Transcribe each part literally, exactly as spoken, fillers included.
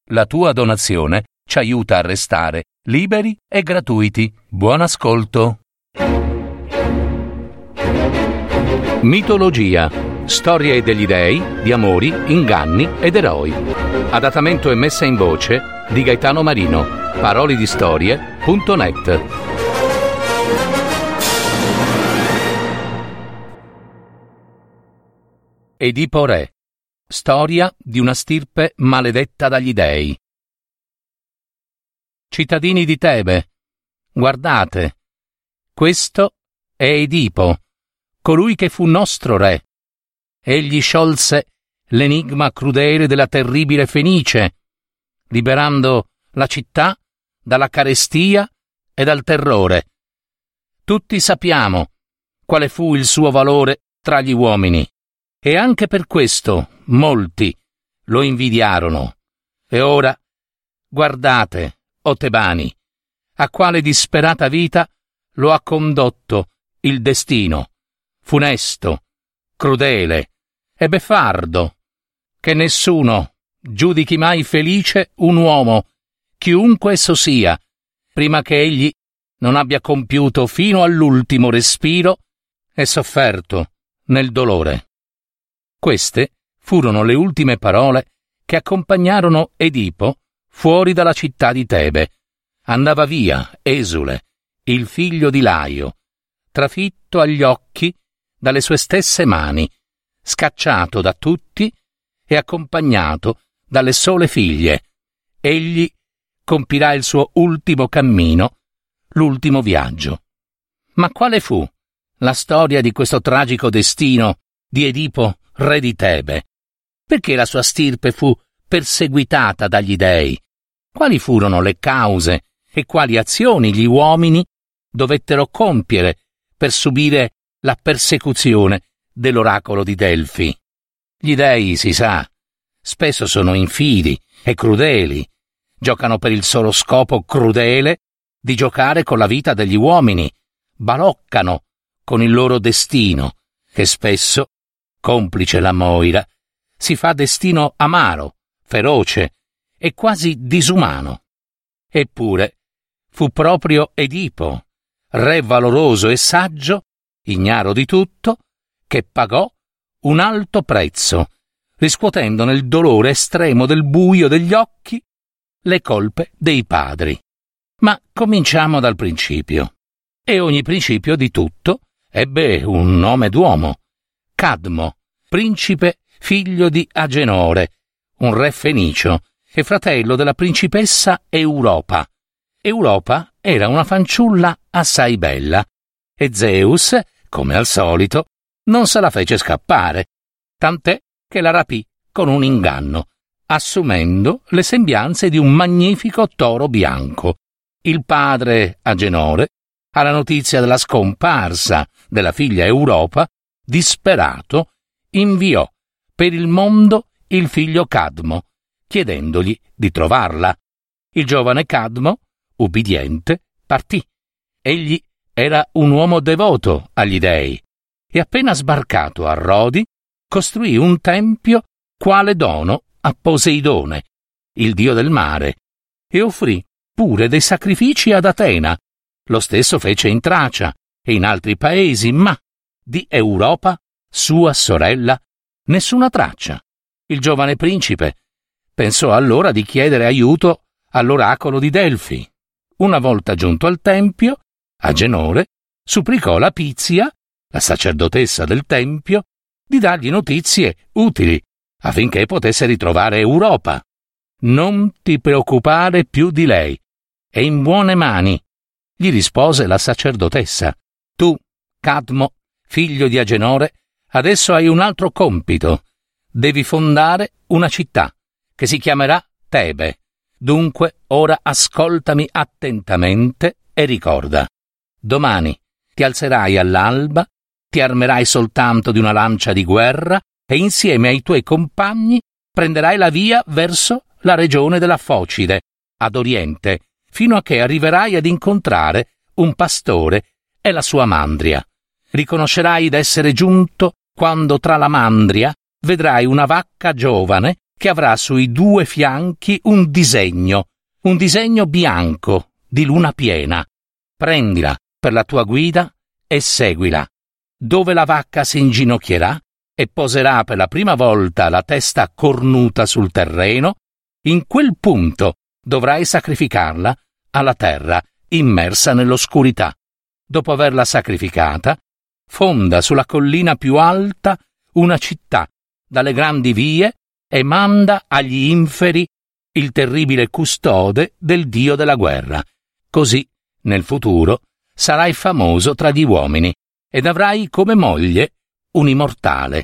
La tua donazione ci aiuta a restare liberi e gratuiti. Buon ascolto. Mitologia. Storie degli dei, di amori, inganni ed eroi. Adattamento e messa in voce di Gaetano Marino. Parolidistorie punto net. Edipo Re. Storia di una stirpe maledetta dagli dei. Cittadini di Tebe, guardate, questo è Edipo, colui che fu nostro re. Egli sciolse l'enigma crudele della terribile Fenice, liberando la città dalla carestia e dal terrore. Tutti sappiamo quale fu il suo valore tra gli uomini, e anche per questo molti lo invidiarono. E ora, guardate, o Tebani, a quale disperata vita lo ha condotto il destino, funesto, crudele e beffardo, che nessuno giudichi mai felice un uomo, chiunque esso sia, prima che egli non abbia compiuto fino all'ultimo respiro e sofferto nel dolore. Queste furono le ultime parole che accompagnarono Edipo fuori dalla città di Tebe. Andava via esule, il figlio di Laio, trafitto agli occhi dalle sue stesse mani, scacciato da tutti e accompagnato dalle sole figlie. Egli compirà il suo ultimo cammino, l'ultimo viaggio. Ma quale fu la storia di questo tragico destino di Edipo, re di Tebe? Perché la sua stirpe fu perseguitata dagli dei? Quali furono le cause e quali azioni gli uomini dovettero compiere per subire la persecuzione dell'oracolo di Delfi? Gli dei, si sa, spesso sono infidi e crudeli, giocano per il solo scopo crudele di giocare con la vita degli uomini, baloccano con il loro destino, che spesso, complice la Moira, si fa destino amaro, feroce e quasi disumano. Eppure fu proprio Edipo, re valoroso e saggio, ignaro di tutto, che pagò un alto prezzo, riscuotendo nel dolore estremo del buio degli occhi le colpe dei padri. Ma cominciamo dal principio. E ogni principio di tutto ebbe un nome d'uomo: Cadmo, principe figlio di Agenore, un re fenicio e fratello della principessa Europa. Europa era una fanciulla assai bella, e Zeus, come al solito, non se la fece scappare, tant'è che la rapì con un inganno, assumendo le sembianze di un magnifico toro bianco. Il padre Agenore, alla notizia della scomparsa della figlia Europa, disperato, inviò per il mondo il figlio Cadmo, chiedendogli di trovarla. Il giovane Cadmo, ubbidiente, partì. Egli era un uomo devoto agli dei, e appena sbarcato a Rodi, costruì un tempio quale dono a Poseidone, il dio del mare, e offrì pure dei sacrifici ad Atena. Lo stesso fece in Tracia e in altri paesi, ma di Europa, sua sorella, nessuna traccia. Il giovane principe pensò allora di chiedere aiuto all'oracolo di Delfi. Una volta giunto al tempio, Agenore supplicò la Pizia, la sacerdotessa del tempio, di dargli notizie utili affinché potesse ritrovare Europa. «Non ti preoccupare più di lei, è in buone mani», gli rispose la sacerdotessa. «Tu, Cadmo, figlio di Agenore, adesso hai un altro compito. Devi fondare una città che si chiamerà Tebe. Dunque ora ascoltami attentamente e ricorda. Domani ti alzerai all'alba, ti armerai soltanto di una lancia di guerra e insieme ai tuoi compagni prenderai la via verso la regione della Focide, ad oriente, fino a che arriverai ad incontrare un pastore e la sua mandria. Riconoscerai d'essere giunto quando tra la mandria vedrai una vacca giovane che avrà sui due fianchi un disegno, un disegno bianco di luna piena. Prendila per la tua guida e seguila. Dove la vacca si inginocchierà e poserà per la prima volta la testa cornuta sul terreno, in quel punto dovrai sacrificarla alla terra immersa nell'oscurità. Dopo averla sacrificata, fonda sulla collina più alta una città dalle grandi vie e manda agli inferi il terribile custode del dio della guerra. Così, nel futuro, sarai famoso tra gli uomini ed avrai come moglie un immortale.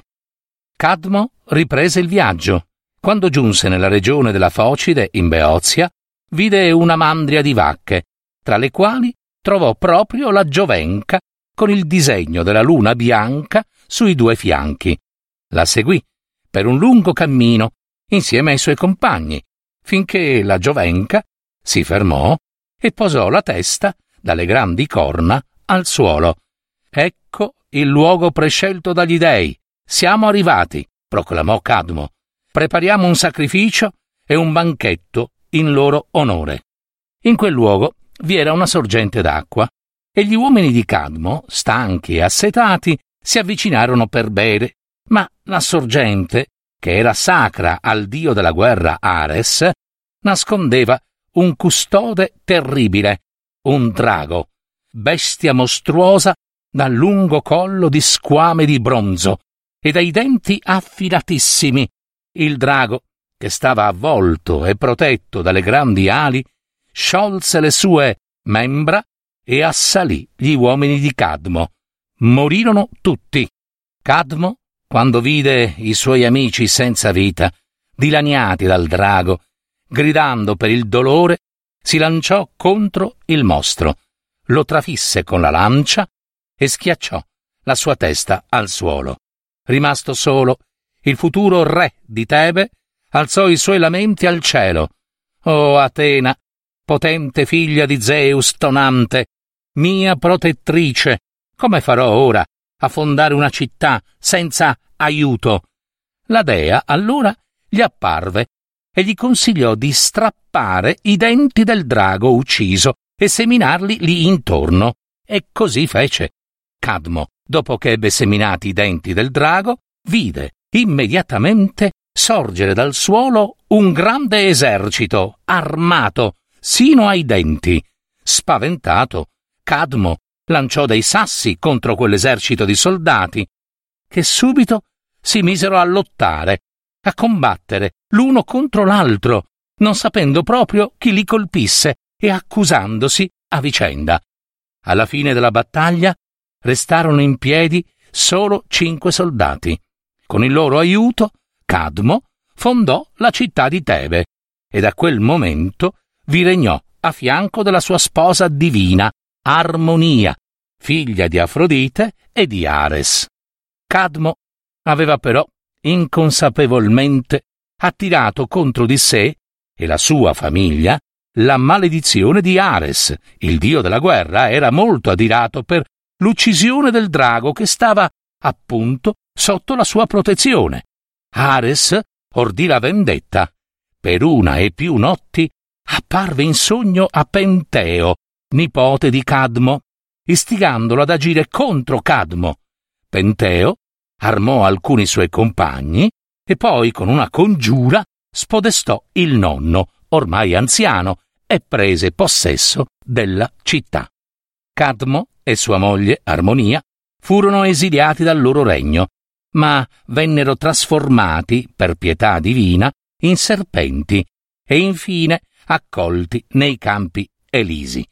Cadmo riprese il viaggio. Quando giunse nella regione della Focide, in Beozia, vide una mandria di vacche, tra le quali trovò proprio la giovenca con il disegno della luna bianca sui due fianchi. La seguì per un lungo cammino insieme ai suoi compagni, finché la giovenca si fermò e posò la testa dalle grandi corna al suolo. «Ecco il luogo prescelto dagli dei. Siamo arrivati», proclamò Cadmo. «Prepariamo un sacrificio e un banchetto in loro onore». In quel luogo vi era una sorgente d'acqua, e gli uomini di Cadmo, stanchi e assetati, si avvicinarono per bere, ma la sorgente, che era sacra al dio della guerra Ares, nascondeva un custode terribile, un drago, bestia mostruosa dal lungo collo di squame di bronzo e dai denti affilatissimi. Il drago, che stava avvolto e protetto dalle grandi ali, sciolse le sue membra e assalì gli uomini di Cadmo. Morirono tutti. Cadmo, quando vide i suoi amici senza vita, dilaniati dal drago, gridando per il dolore, si lanciò contro il mostro, lo trafisse con la lancia e schiacciò la sua testa al suolo. Rimasto solo, il futuro re di Tebe alzò i suoi lamenti al cielo. «O Atena, potente figlia di Zeus tonante, mia protettrice, come farò ora a fondare una città senza aiuto?» La dea allora gli apparve e gli consigliò di strappare i denti del drago ucciso e seminarli lì intorno, e così fece. Cadmo, dopo che ebbe seminati i denti del drago, vide immediatamente sorgere dal suolo un grande esercito armato sino ai denti. Spaventato, Cadmo lanciò dei sassi contro quell'esercito di soldati, che subito si misero a lottare, a combattere l'uno contro l'altro, non sapendo proprio chi li colpisse e accusandosi a vicenda. Alla fine della battaglia restarono in piedi solo cinque soldati. Con il loro aiuto, Cadmo fondò la città di Tebe e da quel momento vi regnò a fianco della sua sposa divina, Armonia, figlia di Afrodite e di Ares. Cadmo aveva però inconsapevolmente attirato contro di sé e la sua famiglia la maledizione di Ares. Il dio della guerra era molto adirato per l'uccisione del drago che stava, appunto, sotto la sua protezione. Ares ordì la vendetta. Per una e più notti apparve in sogno a Penteo, nipote di Cadmo, istigandolo ad agire contro Cadmo. Penteo armò alcuni suoi compagni e poi, con una congiura, spodestò il nonno, ormai anziano, e prese possesso della città. Cadmo e sua moglie, Armonia, furono esiliati dal loro regno, ma vennero trasformati, per pietà divina, in serpenti e infine accolti nei campi Elisi.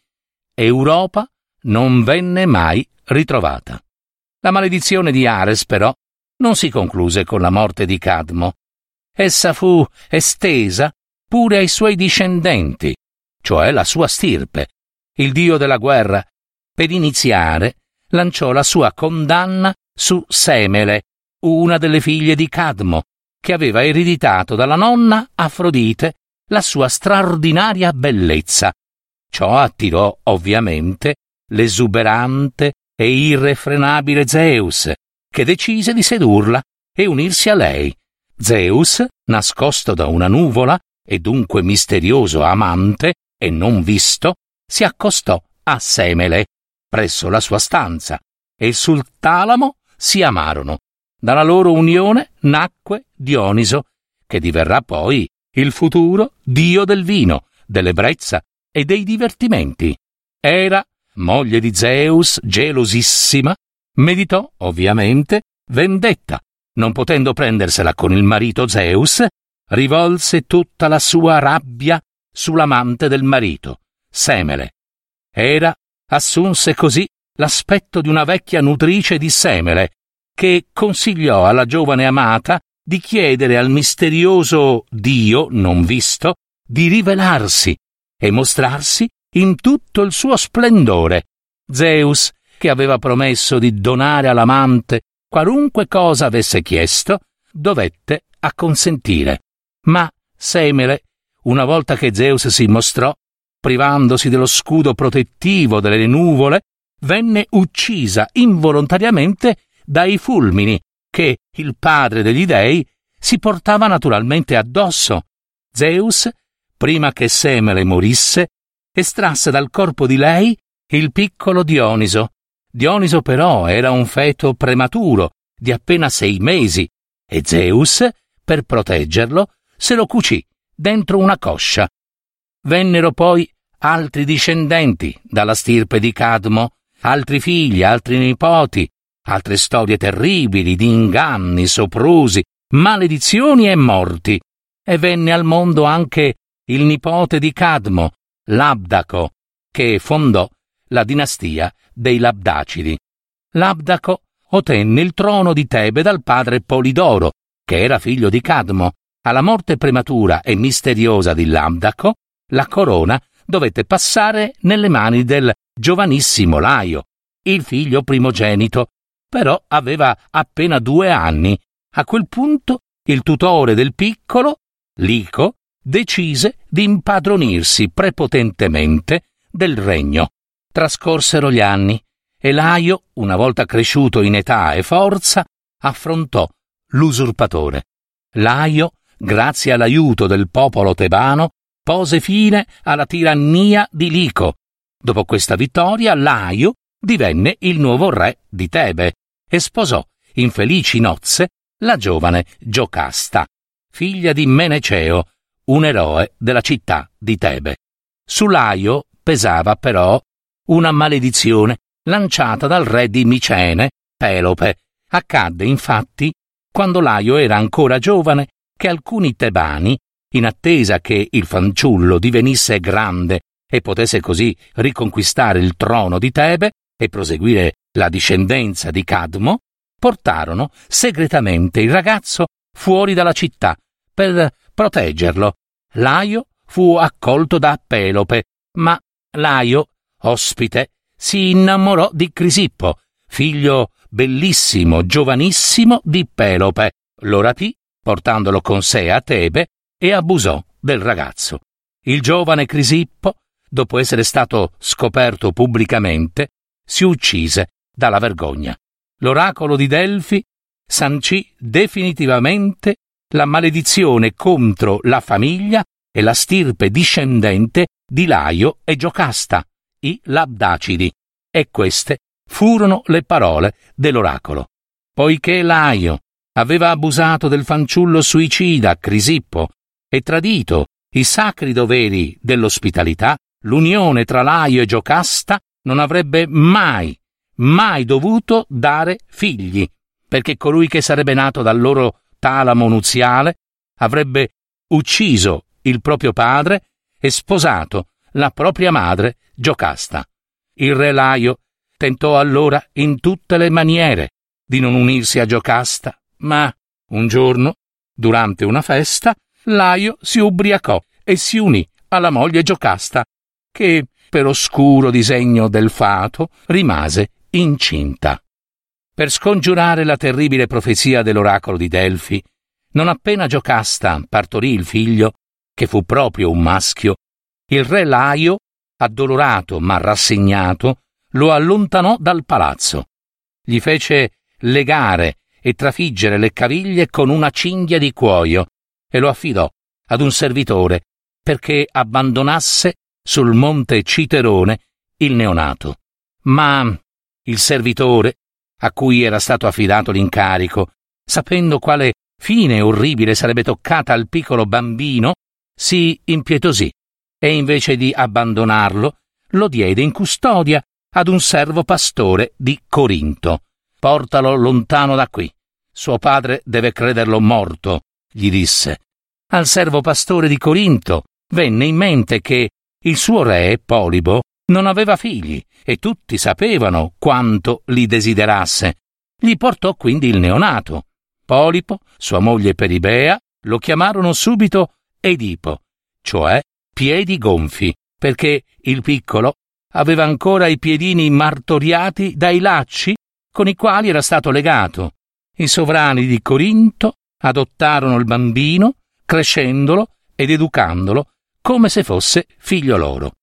Europa non venne mai ritrovata. La maledizione di Ares, però, non si concluse con la morte di Cadmo. Essa fu estesa pure ai suoi discendenti, cioè la sua stirpe. Il dio della guerra, per iniziare, lanciò la sua condanna su Semele, una delle figlie di Cadmo, che aveva ereditato dalla nonna Afrodite la sua straordinaria bellezza. Ciò attirò ovviamente l'esuberante e irrefrenabile Zeus, che decise di sedurla e unirsi a lei. Zeus, nascosto da una nuvola e dunque misterioso amante e non visto, si accostò a Semele presso la sua stanza e sul talamo si amarono. Dalla loro unione nacque Dioniso, che diverrà poi il futuro dio del vino, dell'ebbrezza e dei divertimenti. Era moglie di Zeus, gelosissima, meditò, ovviamente, vendetta. Non potendo prendersela con il marito Zeus, rivolse tutta la sua rabbia sull'amante del marito, Semele. Era assunse così l'aspetto di una vecchia nutrice di Semele, che consigliò alla giovane amata di chiedere al misterioso dio non visto di rivelarsi e mostrarsi in tutto il suo splendore. Zeus, che aveva promesso di donare all'amante qualunque cosa avesse chiesto, dovette acconsentire. Ma Semele, una volta che Zeus si mostrò, privandosi dello scudo protettivo delle nuvole, venne uccisa involontariamente dai fulmini che il padre degli dei si portava naturalmente addosso. Zeus, prima che Semele morisse, estrasse dal corpo di lei il piccolo Dioniso. Dioniso però era un feto prematuro di appena sei mesi e Zeus, per proteggerlo, se lo cucì dentro una coscia. Vennero poi altri discendenti dalla stirpe di Cadmo, altri figli, altri nipoti, altre storie terribili di inganni, soprusi, maledizioni e morti. E venne al mondo anche il nipote di Cadmo, Labdaco, che fondò la dinastia dei Labdacidi. Labdaco ottenne il trono di Tebe dal padre Polidoro, che era figlio di Cadmo. Alla morte prematura e misteriosa di Labdaco, la corona dovette passare nelle mani del giovanissimo Laio, il figlio primogenito, però aveva appena due anni. A quel punto il tutore del piccolo, Lico, decise di impadronirsi prepotentemente del regno. Trascorsero gli anni e Laio, una volta cresciuto in età e forza, affrontò l'usurpatore. Laio, grazie all'aiuto del popolo tebano, pose fine alla tirannia di Lico. Dopo questa vittoria, Laio divenne il nuovo re di Tebe e sposò in felici nozze la giovane Giocasta, figlia di Meneceo, un eroe della città di Tebe. Su Laio pesava però una maledizione lanciata dal re di Micene, Pelope. Accadde infatti, quando Laio era ancora giovane, che alcuni tebani, in attesa che il fanciullo divenisse grande e potesse così riconquistare il trono di Tebe e proseguire la discendenza di Cadmo, portarono segretamente il ragazzo fuori dalla città per proteggerlo. Laio fu accolto da Pelope, ma Laio, ospite, si innamorò di Crisippo, figlio bellissimo, giovanissimo di Pelope. Lo rapì, portandolo con sé a Tebe, e abusò del ragazzo. Il giovane Crisippo, dopo essere stato scoperto pubblicamente, si uccise dalla vergogna. L'oracolo di Delfi sancì definitivamente la maledizione contro la famiglia e la stirpe discendente di Laio e Giocasta, i Labdacidi, e queste furono le parole dell'oracolo. Poiché Laio aveva abusato del fanciullo suicida Crisippo e tradito i sacri doveri dell'ospitalità, l'unione tra Laio e Giocasta non avrebbe mai, mai dovuto dare figli, perché colui che sarebbe nato dal loro talamo nuziale avrebbe ucciso il proprio padre e sposato la propria madre Giocasta. Il re Laio tentò allora in tutte le maniere di non unirsi a Giocasta, ma un giorno, durante una festa, Laio si ubriacò e si unì alla moglie Giocasta, che, per oscuro disegno del fato, rimase incinta. Per scongiurare la terribile profezia dell'oracolo di Delfi, non appena Giocasta partorì il figlio, che fu proprio un maschio, il re Laio, addolorato ma rassegnato, lo allontanò dal palazzo. Gli fece legare e trafiggere le caviglie con una cinghia di cuoio, e lo affidò ad un servitore perché abbandonasse sul monte Citerone il neonato. Ma il servitore, a cui era stato affidato l'incarico, sapendo quale fine orribile sarebbe toccata al piccolo bambino, si impietosì e invece di abbandonarlo lo diede in custodia ad un servo pastore di Corinto. «Portalo lontano da qui. Suo padre deve crederlo morto», gli disse. Al servo pastore di Corinto venne in mente che il suo re, Polibo, non aveva figli e tutti sapevano quanto li desiderasse. Gli portò quindi il neonato. Polipo, sua moglie Peribea, lo chiamarono subito Edipo, cioè piedi gonfi, perché il piccolo aveva ancora i piedini martoriati dai lacci con i quali era stato legato. I sovrani di Corinto adottarono il bambino, crescendolo ed educandolo come se fosse figlio loro.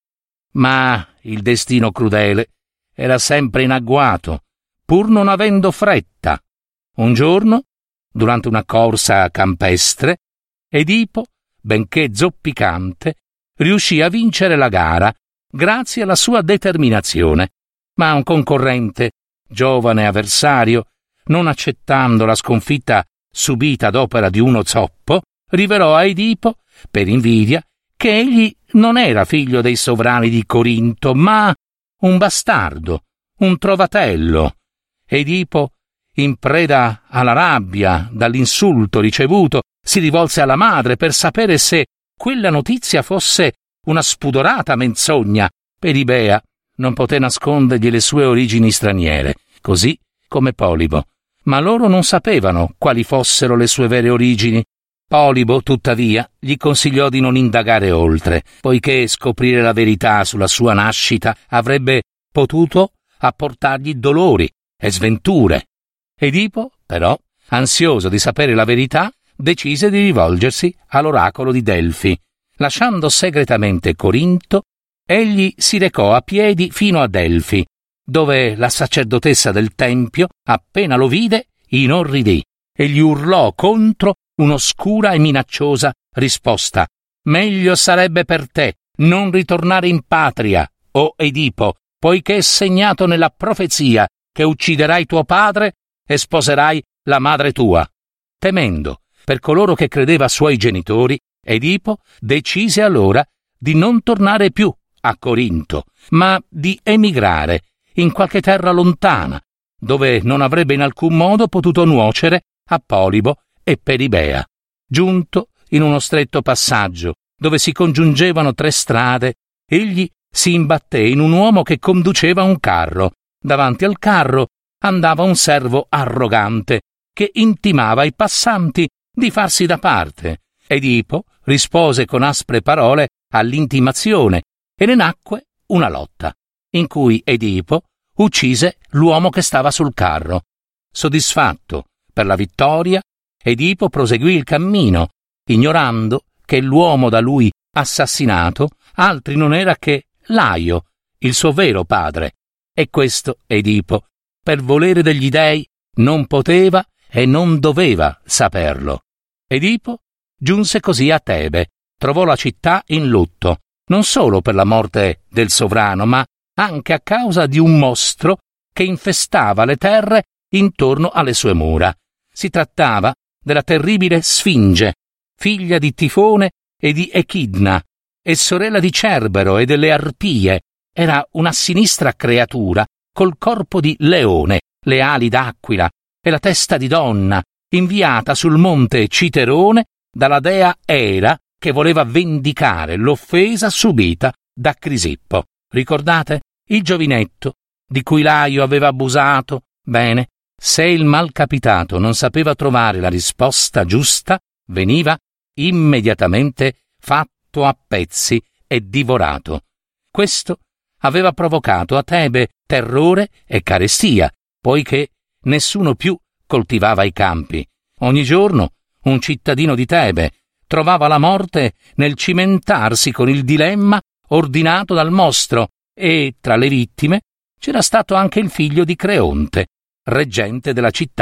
Ma il destino crudele era sempre in agguato, pur non avendo fretta. Un giorno, durante una corsa campestre, Edipo, benché zoppicante, riuscì a vincere la gara grazie alla sua determinazione, ma un concorrente, giovane avversario, non accettando la sconfitta subita ad opera di uno zoppo, rivelò a Edipo, per invidia, che egli non era figlio dei sovrani di Corinto, ma un bastardo, un trovatello. Edipo, in preda alla rabbia dall'insulto ricevuto, si rivolse alla madre per sapere se quella notizia fosse una spudorata menzogna. Peribea non poté nascondergli le sue origini straniere, così come Polibo, ma loro non sapevano quali fossero le sue vere origini. Polibo, tuttavia, gli consigliò di non indagare oltre, poiché scoprire la verità sulla sua nascita avrebbe potuto apportargli dolori e sventure. Edipo, però, ansioso di sapere la verità, decise di rivolgersi all'oracolo di Delfi. Lasciando segretamente Corinto, egli si recò a piedi fino a Delfi, dove la sacerdotessa del tempio, appena lo vide, inorridì e gli urlò contro un'oscura e minacciosa risposta. «Meglio sarebbe per te non ritornare in patria, o Edipo, poiché è segnato nella profezia che ucciderai tuo padre e sposerai la madre tua». Temendo per coloro che credeva suoi genitori, Edipo decise allora di non tornare più a Corinto, ma di emigrare in qualche terra lontana, dove non avrebbe in alcun modo potuto nuocere a Polibo e Peribea. Giunto in uno stretto passaggio, dove si congiungevano tre strade, egli si imbatté in un uomo che conduceva un carro. Davanti al carro andava un servo arrogante che intimava ai passanti di farsi da parte. Edipo rispose con aspre parole all'intimazione e ne nacque una lotta, in cui Edipo uccise l'uomo che stava sul carro. Soddisfatto per la vittoria, Edipo proseguì il cammino, ignorando che l'uomo da lui assassinato altri non era che Laio, il suo vero padre. E questo Edipo, per volere degli dei, non poteva e non doveva saperlo. Edipo giunse così a Tebe, trovò la città in lutto, non solo per la morte del sovrano, ma anche a causa di un mostro che infestava le terre intorno alle sue mura. Si trattava della terribile Sfinge, figlia di Tifone e di Echidna, e sorella di Cerbero e delle Arpie. Era una sinistra creatura col corpo di leone, le ali d'aquila e la testa di donna, inviata sul monte Citerone dalla dea Era, che voleva vendicare l'offesa subita da Crisippo. Ricordate? Il giovinetto di cui Laio aveva abusato? Bene, se il malcapitato non sapeva trovare la risposta giusta, veniva immediatamente fatto a pezzi e divorato. Questo aveva provocato a Tebe terrore e carestia, poiché nessuno più coltivava i campi. Ogni giorno un cittadino di Tebe trovava la morte nel cimentarsi con il dilemma ordinato dal mostro, e tra le vittime c'era stato anche il figlio di Creonte, reggente della città,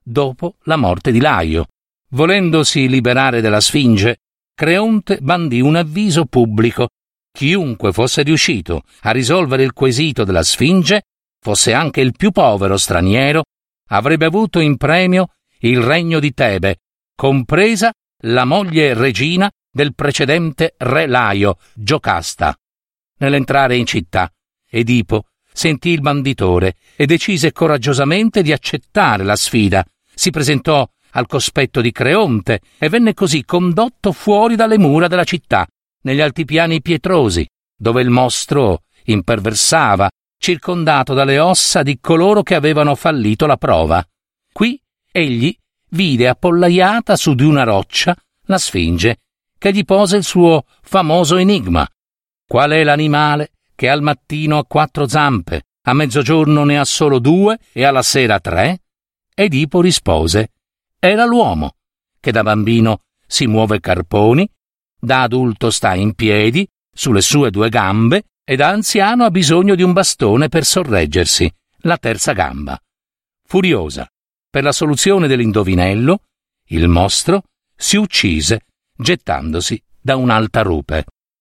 dopo la morte di Laio. Volendosi liberare della Sfinge, Creonte bandì un avviso pubblico. Chiunque fosse riuscito a risolvere il quesito della Sfinge, fosse anche il più povero straniero, avrebbe avuto in premio il regno di Tebe, compresa la moglie regina del precedente re Laio, Giocasta. Nell'entrare in città, Edipo sentì il banditore e decise coraggiosamente di accettare la sfida. Si presentò al cospetto di Creonte e venne così condotto fuori dalle mura della città, negli altipiani pietrosi, dove il mostro imperversava, circondato dalle ossa di coloro che avevano fallito la prova. Qui egli vide appollaiata su di una roccia la Sfinge, che gli pose il suo famoso enigma. Qual è l'animale che al mattino ha quattro zampe, a mezzogiorno ne ha solo due e alla sera tre? Edipo rispose: era l'uomo, che da bambino si muove carponi, da adulto sta in piedi, sulle sue due gambe, e da anziano ha bisogno di un bastone per sorreggersi, la terza gamba. Furiosa per la soluzione dell'indovinello, il mostro si uccise gettandosi da un'alta rupe.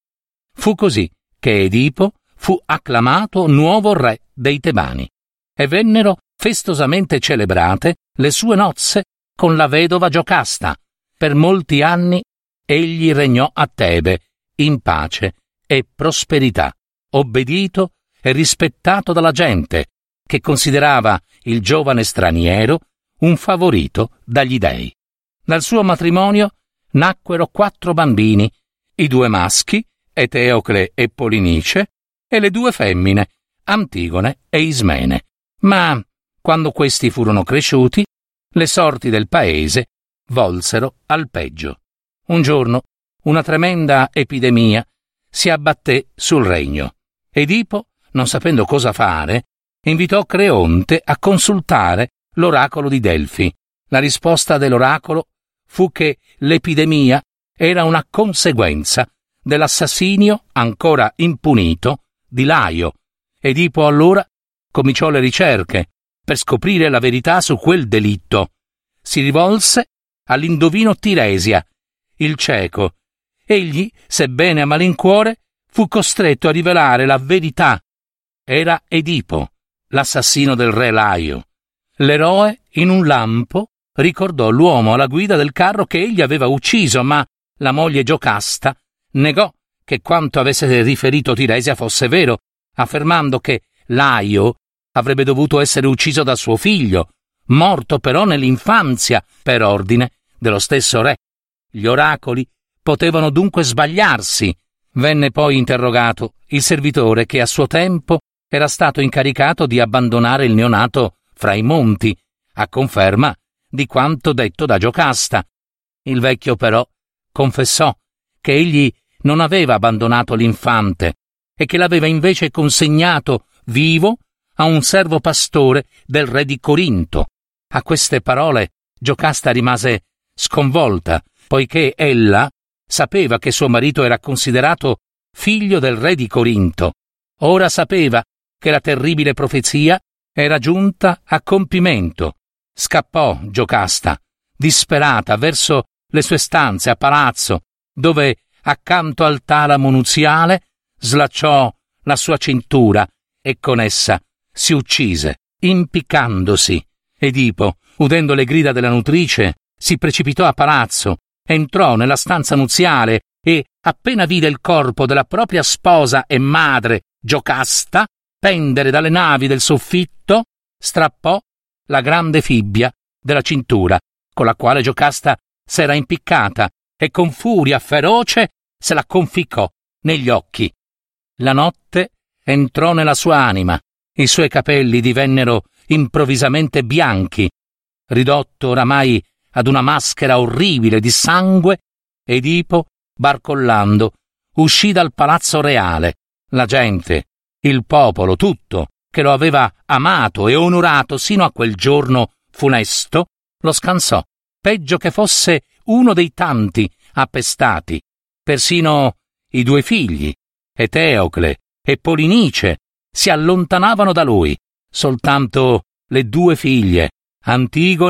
Fu così che Edipo fu acclamato nuovo re dei Tebani e vennero festosamente celebrate le sue nozze con la vedova Giocasta. Per molti anni egli regnò a Tebe in pace e prosperità, obbedito e rispettato dalla gente, che considerava il giovane straniero un favorito dagli dei. Dal suo matrimonio nacquero quattro bambini, i due maschi, Eteocle e Polinice, e le due femmine, Antigone e Ismene. Ma, quando questi furono cresciuti, le sorti del paese volsero al peggio. Un giorno una tremenda epidemia si abbatté sul regno. Edipo, non sapendo cosa fare, invitò Creonte a consultare l'oracolo di Delfi. La risposta dell'oracolo fu che l'epidemia era una conseguenza dell'assassinio ancora impunito di Laio. Edipo allora cominciò le ricerche per scoprire la verità su quel delitto. Si rivolse all'indovino Tiresia, il cieco. Egli, sebbene a malincuore, fu costretto a rivelare la verità. Era Edipo, l'assassino del re Laio. L'eroe, in un lampo, ricordò l'uomo alla guida del carro che egli aveva ucciso, ma la moglie Giocasta negò che quanto avesse riferito Tiresia fosse vero, affermando che Laio avrebbe dovuto essere ucciso da suo figlio, morto però nell'infanzia per ordine dello stesso re. Gli oracoli potevano dunque sbagliarsi. Venne poi interrogato il servitore che a suo tempo era stato incaricato di abbandonare il neonato fra i monti, a conferma di quanto detto da Giocasta. Il vecchio però confessò che egli non aveva abbandonato l'infante e che l'aveva invece consegnato vivo a un servo pastore del re di Corinto. A queste parole Giocasta rimase sconvolta, poiché ella sapeva che suo marito era considerato figlio del re di Corinto. Ora sapeva che la terribile profezia era giunta a compimento. Scappò Giocasta, disperata, verso le sue stanze a palazzo, dove, accanto al talamo nuziale, slacciò la sua cintura e con essa si uccise, impiccandosi. Edipo, udendo le grida della nutrice, si precipitò a palazzo, entrò nella stanza nuziale e, appena vide il corpo della propria sposa e madre, Giocasta, pendere dalle navi del soffitto, strappò la grande fibbia della cintura con la quale Giocasta s'era impiccata e con furia feroce se la conficcò negli occhi. La notte entrò nella sua anima, i suoi capelli divennero improvvisamente bianchi. Ridotto oramai ad una maschera orribile di sangue, Edipo, barcollando, uscì dal palazzo reale. La gente, il popolo tutto, che lo aveva amato e onorato sino a quel giorno funesto, lo scansò, peggio che fosse uno dei tanti appestati. Persino i due figli, Eteocle e Polinice, si allontanavano da lui. Soltanto le due figlie, Antigone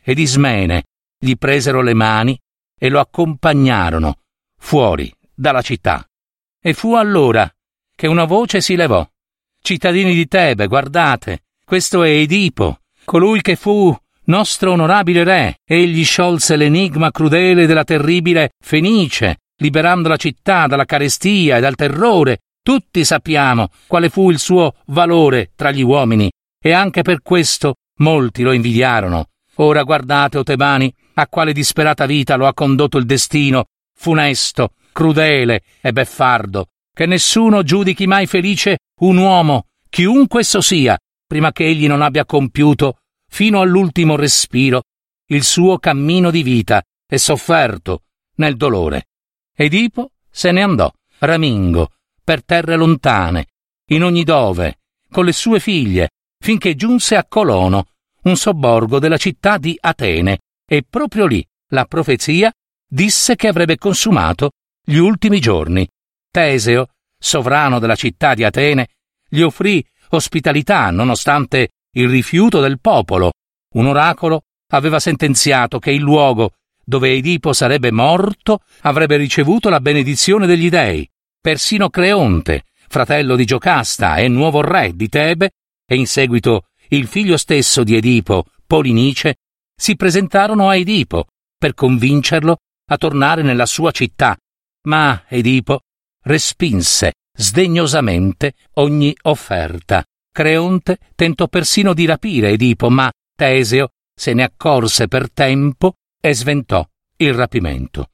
ed Ismene gli presero le mani e lo accompagnarono fuori dalla città. E fu allora che una voce si levò: «Cittadini di Tebe, guardate, questo è Edipo, colui che fu nostro onorabile re. Egli sciolse l'enigma crudele della terribile Fenice, liberando la città dalla carestia e dal terrore. Tutti sappiamo quale fu il suo valore tra gli uomini, e anche per questo molti lo invidiarono. Ora guardate, o Tebani, a quale disperata vita lo ha condotto il destino, funesto, crudele e beffardo, che nessuno giudichi mai felice un uomo, chiunque esso sia, prima che egli non abbia compiuto, fino all'ultimo respiro, il suo cammino di vita e sofferto nel dolore. Edipo se ne andò, ramingo, per terre lontane, in ogni dove, con le sue figlie, finché giunse a Colono, un sobborgo della città di Atene, e proprio lì la profezia disse che avrebbe consumato gli ultimi giorni. Teseo, sovrano della città di Atene, gli offrì ospitalità nonostante il rifiuto del popolo. Un oracolo aveva sentenziato che il luogo dove Edipo sarebbe morto avrebbe ricevuto la benedizione degli dei. Persino Creonte, fratello di Giocasta e nuovo re di Tebe, e in seguito il figlio stesso di Edipo, Polinice, si presentarono a Edipo per convincerlo a tornare nella sua città, ma Edipo respinse sdegnosamente ogni offerta. Creonte tentò persino di rapire Edipo, ma Teseo se ne accorse per tempo e sventò il rapimento.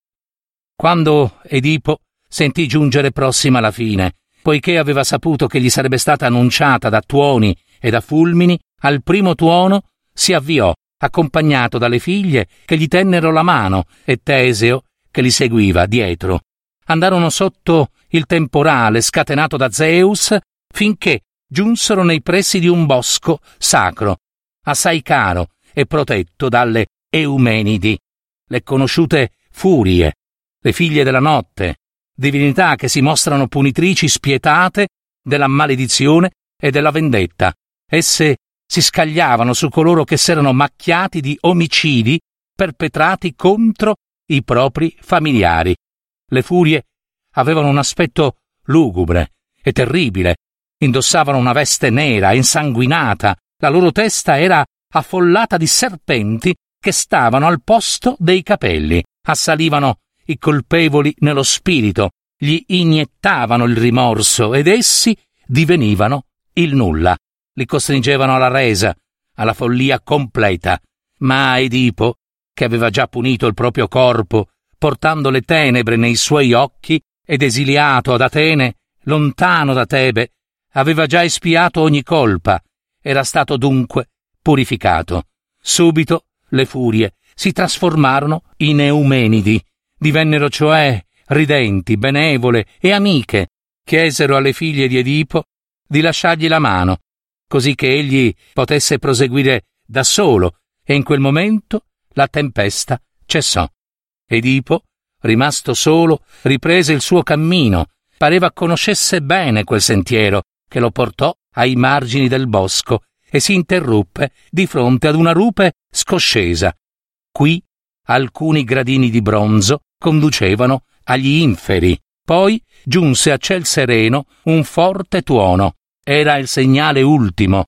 Quando Edipo sentì giungere prossima la fine, poiché aveva saputo che gli sarebbe stata annunciata da tuoni e da fulmini, al primo tuono si avviò, accompagnato dalle figlie che gli tennero la mano e Teseo che li seguiva dietro. Andarono sotto il temporale scatenato da Zeus finché giunsero nei pressi di un bosco sacro, assai caro e protetto dalle Eumenidi, le conosciute Furie, le figlie della notte, divinità che si mostrano punitrici spietate della maledizione e della vendetta. Esse si scagliavano su coloro che s'erano macchiati di omicidi perpetrati contro i propri familiari. Le furie avevano un aspetto lugubre e terribile, indossavano una veste nera, insanguinata, la loro testa era affollata di serpenti che stavano al posto dei capelli, assalivano i colpevoli nello spirito, gli iniettavano il rimorso ed essi divenivano il nulla, li costringevano alla resa, alla follia completa. Ma Edipo, che aveva già punito il proprio corpo, portando le tenebre nei suoi occhi ed esiliato ad Atene, lontano da Tebe, aveva già espiato ogni colpa, era stato dunque purificato. Subito le furie si trasformarono in Eumenidi, divennero cioè ridenti, benevole e amiche, chiesero alle figlie di Edipo di lasciargli la mano, così che egli potesse proseguire da solo, e in quel momento la tempesta cessò. Edipo, rimasto solo, riprese il suo cammino, pareva conoscesse bene quel sentiero che lo portò ai margini del bosco e si interruppe di fronte ad una rupe scoscesa. Qui alcuni gradini di bronzo conducevano agli inferi. Poi giunse a ciel sereno un forte tuono. Era il segnale ultimo.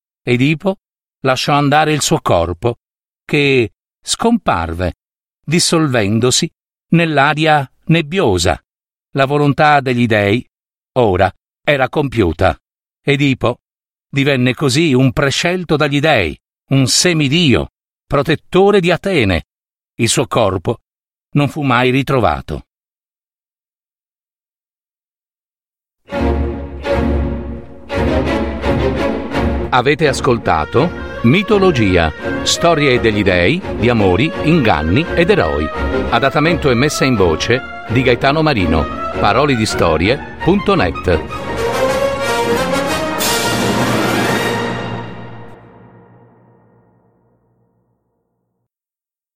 Edipo lasciò andare il suo corpo, che scomparve, dissolvendosi nell'aria nebbiosa. La volontà degli dei ora era compiuta. Edipo divenne così un prescelto dagli dei, un semidio, protettore di Atene. Il suo corpo non fu mai ritrovato. Avete ascoltato Mitologia, storie degli dei, di amori, inganni ed eroi. Adattamento e messa in voce di Gaetano Marino. Parolidistorie punto net.